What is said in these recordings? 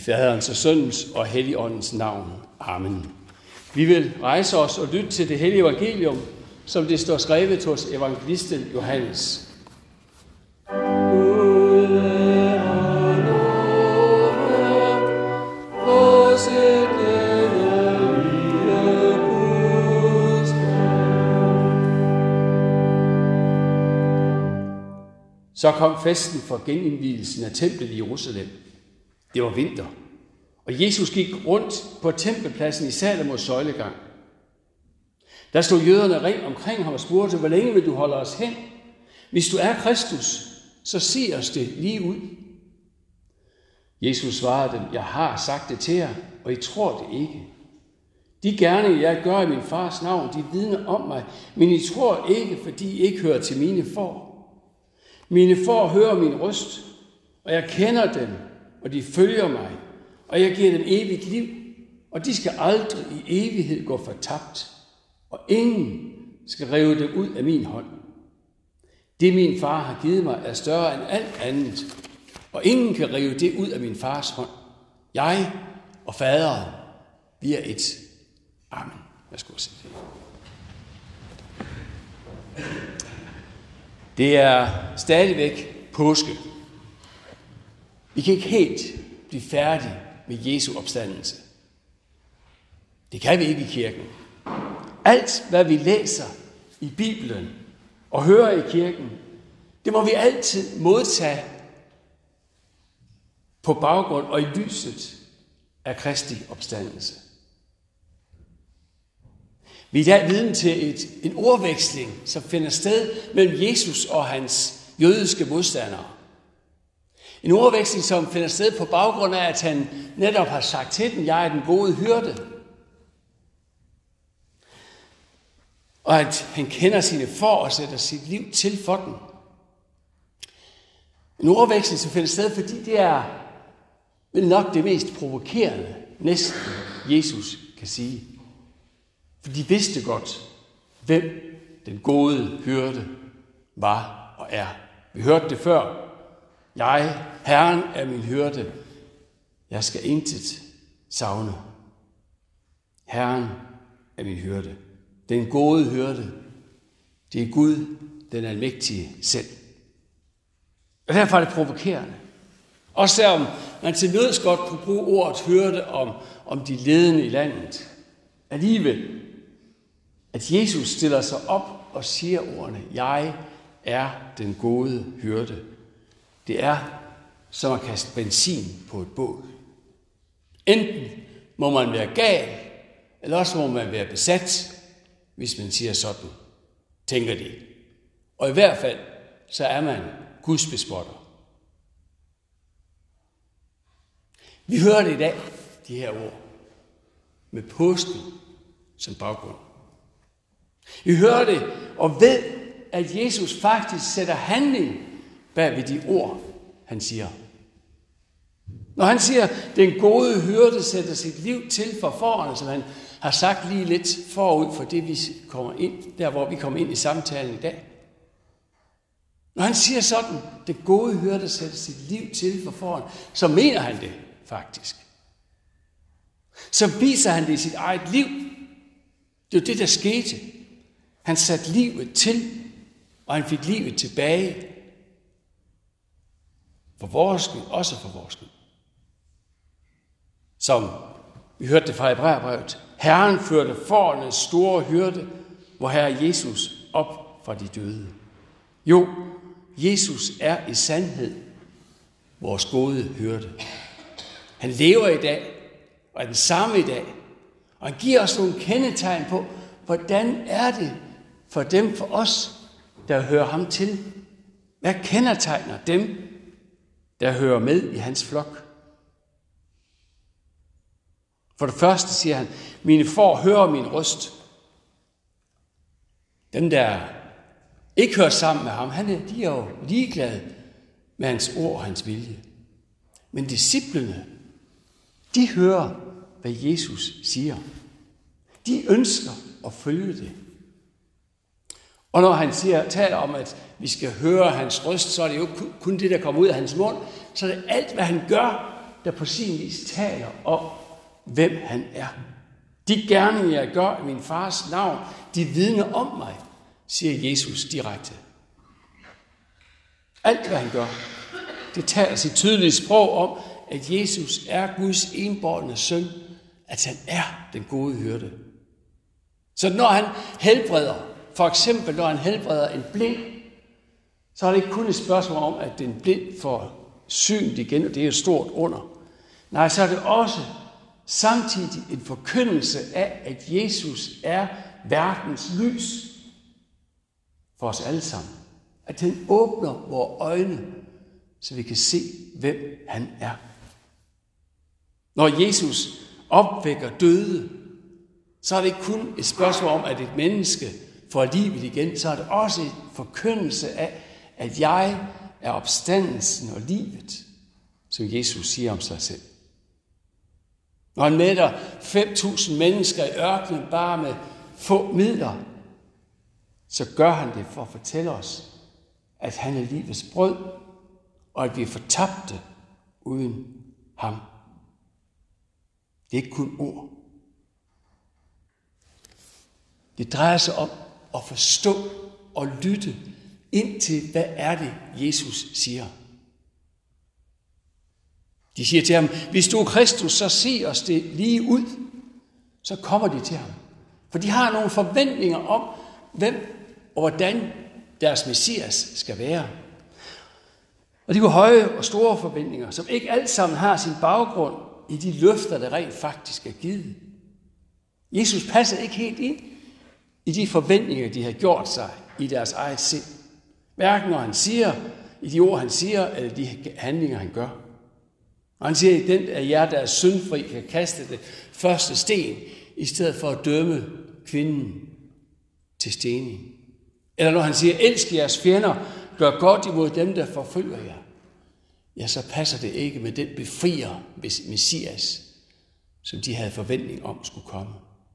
Faderens og Søndens og Helligåndens navn. Amen. Vi vil rejse os og lytte til det hellige evangelium, som det står skrevet hos evangelisten Johannes. Så kom festen for genindvielsen af templet i Jerusalem. Det var vinter, og Jesus gik rundt på tempelpladsen i Salomos søjlegang. Der stod jøderne ring omkring ham og spurgte, hvor længe vil du holde os hen? Hvis du er Kristus, så sig os det lige ud. Jesus svarede dem, jeg har sagt det til jer, og I tror det ikke. De gerninger, jeg gør i min fars navn, de vidner om mig, men I tror ikke, fordi I ikke hører til mine får. Mine får hører min røst, og jeg kender dem, og de følger mig, og jeg giver dem evigt liv, og de skal aldrig i evighed gå fortabt, og ingen skal rive dem ud af min hånd. Det min far har givet mig er større end alt andet, og ingen kan rive det ud af min fars hånd. Jeg og faderen, vi er et. Amen. Værsgo at sige det. Det er stadigvæk påske. Vi kan ikke helt blive færdige med Jesu opstandelse. Det kan vi ikke i kirken. Alt, hvad vi læser i Bibelen og hører i kirken, det må vi altid modtage på baggrund og i lyset af Kristi opstandelse. Vi er i dag vidne til en ordveksling, som finder sted mellem Jesus og hans jødiske modstandere. En ordveksling, som finder sted på baggrund af, at han netop har sagt til dem, jeg er den gode hyrde. Og at han kender sine får og sætter sit liv til for dem. En ordveksling, som finder sted, fordi det er vel nok det mest provokerende, næsten Jesus kan sige. For de vidste godt, hvem den gode hyrde var og er. Vi hørte det før. Jeg, Herren, er min hyrde. Jeg skal intet savne. Herren er min hyrde. Den gode hyrde, det er Gud, den almægtige selv. Og derfor er det provokerende. Også selvom man til nøds godt kunne bruge ordet hyrde om de ledende i landet. Alligevel, at Jesus stiller sig op og siger ordene, jeg er den gode hyrde. Det er som at kaste benzin på et bål. Enten må man være gal, eller også må man være besat, hvis man siger sådan, tænker de. Og i hvert fald, så er man Guds bespotter. Vi hører det i dag, de her ord, med påsken som baggrund. Vi hører det og ved, at Jesus faktisk sætter handling bag ved de ord, han siger. Når han siger, den gode hyrde sætter sit liv til for fårene, som han har sagt lige lidt forud for det, vi kommer ind, der hvor vi kommer ind i samtalen i dag. Når han siger sådan, den gode hyrde sætter sit liv til for fårene, så mener han det faktisk. Så viser han det i sit eget liv. Det er jo det, der skete. Han satte livet til, og han fik livet tilbage. For vores skyld, også for vores skyld. Som vi hørte det fra Hebræerbrevet. Herren førte fårenes store hyrde, hvor Herre Jesus op fra de døde. Jo, Jesus er i sandhed vores gode hyrde. Han lever i dag, og er den samme i dag. Og han giver os nogle kendetegn på, hvordan er det for dem, for os, der hører ham til. Hvad kendetegner dem, der hører med i hans flok? For det første siger han, mine får hører min røst. Dem, der ikke hører sammen med ham, de er jo ligeglade med hans ord og hans vilje. Men disciplene, de hører, hvad Jesus siger. De ønsker at følge det. Og når han taler om, at vi skal høre hans røst, så er det jo kun det, der kommer ud af hans mund. Så er det alt, hvad han gør, der på sin vis taler om, hvem han er. De gerninger, jeg gør i min fars navn, de vidner om mig, siger Jesus direkte. Alt, hvad han gør, det taler sit tydelige sprog om, at Jesus er Guds enbårne søn, at han er den gode hyrde. Så når han helbreder, for eksempel når han helbreder en blind, så er det ikke kun et spørgsmål om, at den blind får synet igen, og det er et stort under. Nej, så er det også samtidig en forkyndelse af, at Jesus er verdens lys for os alle sammen. At han åbner vores øjne, så vi kan se, hvem han er. Når Jesus opvækker døde, så er det ikke kun et spørgsmål om, at et menneske får livet igen, så er det også en forkyndelse af, at jeg er opstandelsen og livet, som Jesus siger om sig selv. Når han mætter 5.000 mennesker i ørkenen bare med få midler, så gør han det for at fortælle os, at han er livets brød, og at vi er fortabte uden ham. Det er ikke kun ord. Det drejer sig om at forstå og lytte ind til, hvad er det, Jesus siger. De siger til ham, hvis du er Kristus, så sig os det lige ud. Så kommer de til ham. For de har nogle forventninger om, hvem og hvordan deres Messias skal være. Og de har høje og store forventninger, som ikke alt sammen har sin baggrund i de løfter, der rent faktisk er givet. Jesus passer ikke helt ind i de forventninger, de har gjort sig i deres eget sind. Hverken når han siger, i de ord, han siger, eller de handlinger, han gør. Og han siger, at den af jer, der er syndfri, kan kaste det første sten, i stedet for at dømme kvinden til stening. Eller når han siger, elsk jeres fjender, gør godt imod dem, der forfølger jer. Ja, så passer det ikke med den befrier Messias, som de havde forventning om skulle komme.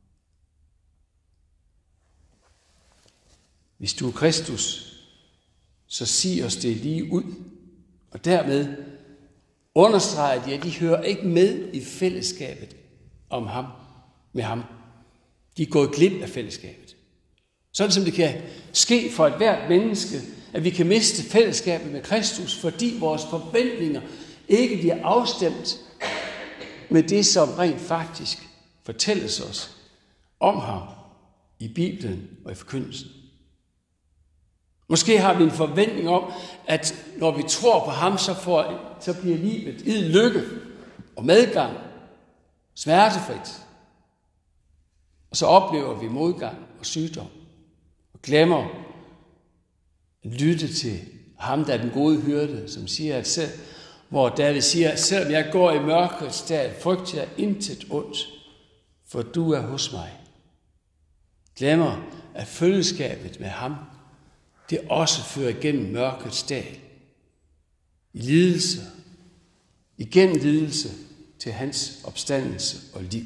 Hvis du er Kristus, så sig os det lige ud. Og dermed understreger de, at de hører ikke med i fællesskabet om ham, med ham. De er gået glip af fællesskabet. Sådan som det kan ske for et hvert menneske, at vi kan miste fællesskabet med Kristus, fordi vores forventninger ikke bliver afstemt med det, som rent faktisk fortælles os om ham i Bibelen og i forkyndelsen. Måske har vi en forventning om, at når vi tror på ham, så bliver livet idel lykke og medgang, smertefrit. Og så oplever vi modgang og sygdom og glemmer at lytte til ham, der er den gode hyrde, som siger, at hvor David siger, at selvom jeg går i mørkets dal, frygter jeg intet ondt, for du er hos mig. Glemmer, at følgeskabet med ham, det også fører igennem mørkets dal. I lidelse, igennem lidelse til hans opstandelse og liv.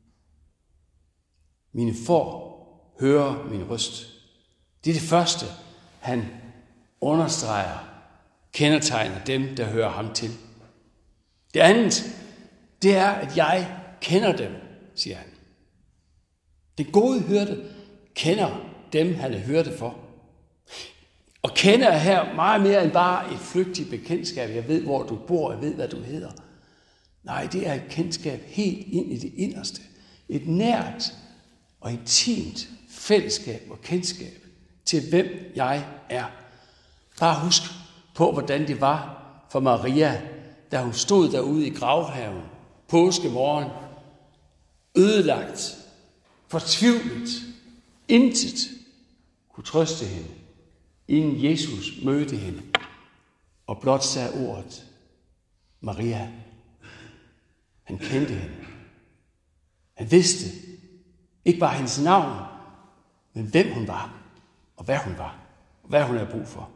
Mine får hører min røst. Det er det første, han understreger, kendetegner dem, der hører ham til. Det andet, det er, at jeg kender dem, siger han. Den gode hyrde kender dem, han er hyrde for. Og kender her meget mere end bare et flygtigt bekendtskab. Jeg ved, hvor du bor, jeg ved, hvad du hedder. Nej, det er et kendskab helt ind i det inderste. Et nært og intimt fællesskab og kendskab til, hvem jeg er. Bare husk på, hvordan det var for Maria, da hun stod derude i gravhaven, påskemorgen, ødelagt, fortvivlet, intet kunne trøste hende, inden Jesus mødte hende og blot sagde ordet, Maria. Han kendte hende. Han vidste ikke bare hendes navn, men hvem hun var, og hvad hun var, og hvad hun havde brug for.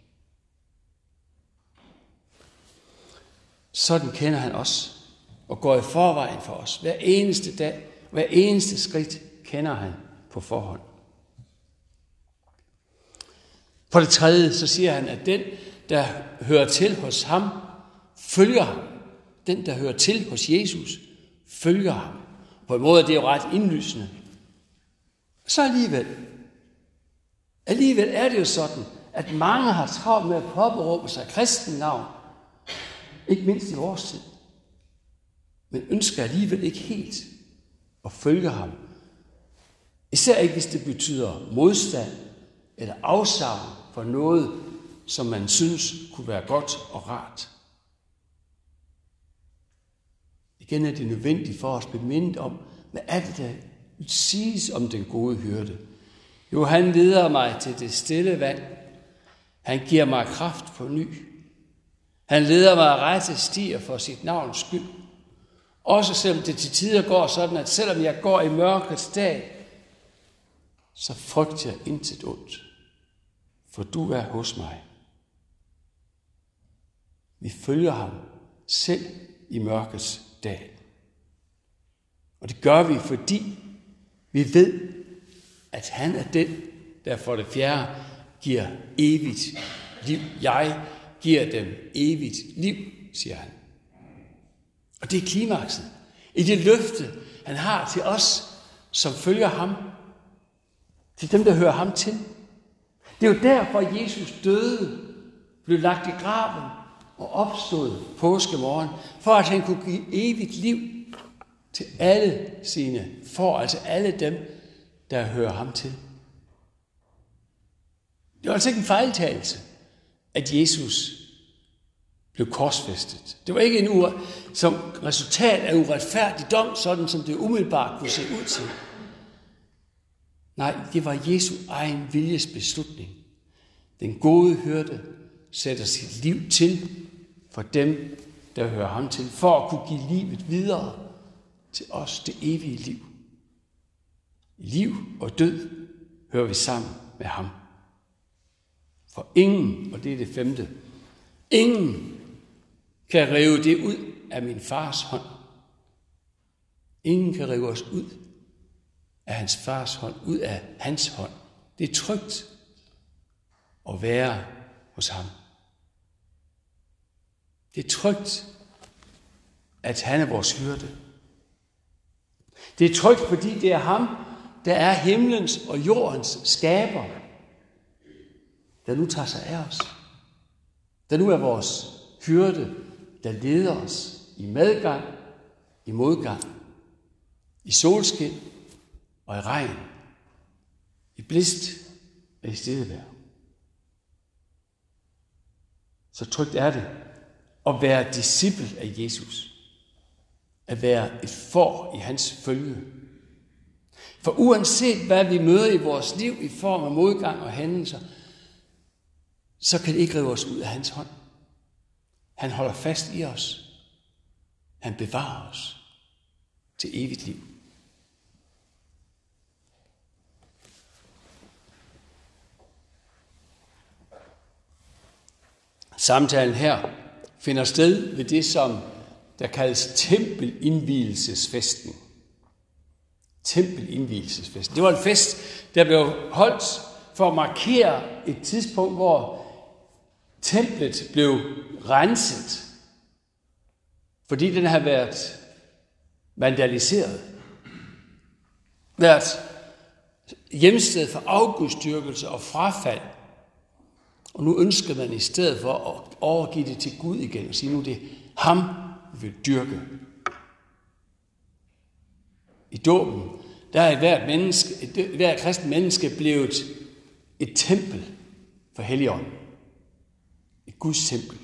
Sådan kender han os, og går i forvejen for os. Hver eneste dag, hver eneste skridt kender han på forhånd. For det tredje, så siger han, at den, der hører til hos ham, følger ham. den der hører til hos Jesus, følger ham. På en måde er det jo ret indlysende. Så alligevel er det jo sådan, at mange har travlt med at påberåbe sig kristennavn, ikke mindst i vores tid, men ønsker alligevel ikke helt at følge ham. Især ikke, hvis det betyder modstand eller afsavn for noget, som man synes kunne være godt og rart. Igen er det nødvendigt for os at blive mindet om, hvad er det, der siges om den gode hyrde. Jo, han leder mig til det stille vand. Han giver mig kraft på ny. Han leder mig af rette stier for sit navns skyld. Også selvom det til tider går sådan, at selvom jeg går i mørkets dag, så frygter jeg intet ondt, for du er hos mig. Vi følger ham selv i mørkets dag. Og det gør vi, fordi vi ved, at han er den, der for det fjerde giver evigt liv. Jeg giver dem evigt liv, siger han. Og det er klimakset i det løfte, han har til os, som følger ham. Til dem, der hører ham til. Det er jo derfor, Jesus døde, blev lagt i graven og opstod påskemorgen, for at han kunne give evigt liv til alle sine får, altså alle dem, der hører ham til. Det var altså ikke en fejltagelse, at Jesus blev korsfæstet. Det var ikke som resultat af uretfærdig dom, sådan som det umiddelbart kunne se ud til. Nej, det var Jesu egen viljes beslutning. Den gode hyrde sætter sit liv til for dem, der hører ham til, for at kunne give livet videre til os, det evige liv. I liv og død hører vi sammen med ham. For ingen, og det er det femte, ingen kan rive det ud af min fars hånd. Ingen kan rive os ud af hans fars hånd, ud af hans hånd. Det er trygt at være hos ham. Det er trygt, at han er vores hyrde. Det er trygt, fordi det er ham, der er himlens og jordens skaber, der nu tager sig af os. Der nu er vores hyrde, der leder os i medgang, i modgang, i solskin og i regn, i blæst og i stedevejr. Så trygt er det at være disciple af Jesus. At være et får i hans følge. For uanset hvad vi møder i vores liv i form af modgang og hændelser, så kan det ikke rive os ud af hans hånd. Han holder fast i os. Han bevarer os til evigt liv. Samtalen her finder sted ved det, som der kaldes tempelindvielsesfesten. Tempelindvielsesfesten. Det var en fest, der blev holdt for at markere et tidspunkt, hvor templet blev renset, fordi den har været vandaliseret. Været hjemsted for afgudsdyrkelse og frafald. Og nu ønsker man i stedet for at overgive det til Gud igen og sige, nu det er ham, vi vil dyrke. I dåben, der er hvert kristent menneske blevet et tempel for Helligånden. Et Guds tempel.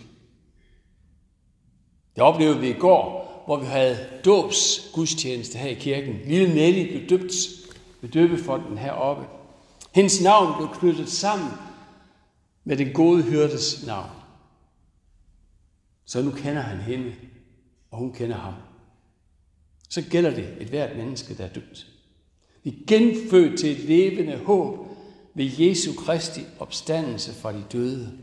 Det oplevede vi i går, hvor vi havde dåbsgudstjeneste her i kirken. Lille Nelly blev døbt ved døbefonden heroppe. Hendes navn blev knyttet sammen med den gode hyrdes navn. Så nu kender han hende, og hun kender ham. Så gælder det et hvert menneske, der er døbt. Vi er genfødt til et levende håb ved Jesu Kristi opstandelse fra de døde.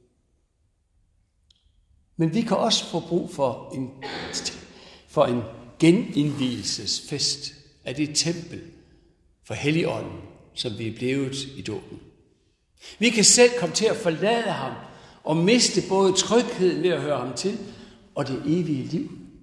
Men vi kan også få brug for en genindvielsesfest af det tempel for Helligånden, som vi er blevet i dåben. Vi kan selv komme til at forlade ham og miste både trygheden ved at høre ham til og det evige liv.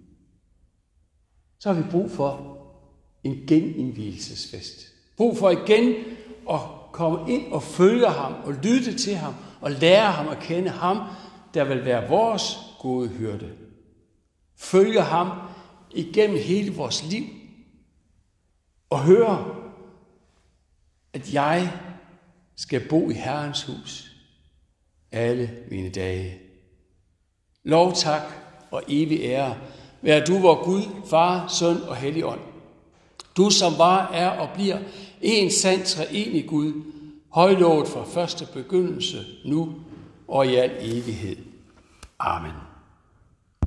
så har vi brug for en genindvielsesfest. Brug for igen at komme ind og følge ham og lytte til ham og lære ham at kende ham, der vil være vores gode hyrde. Følge ham igennem hele vores liv og høre, at jeg skal bo i Herrens hus alle mine dage. Lov, tak og evig ære være du, vor Gud, Far, Søn og Helligånd. Du, som var, er og bliver en sand treenig Gud, højlovet fra første begyndelse, nu og i al evighed. Amen.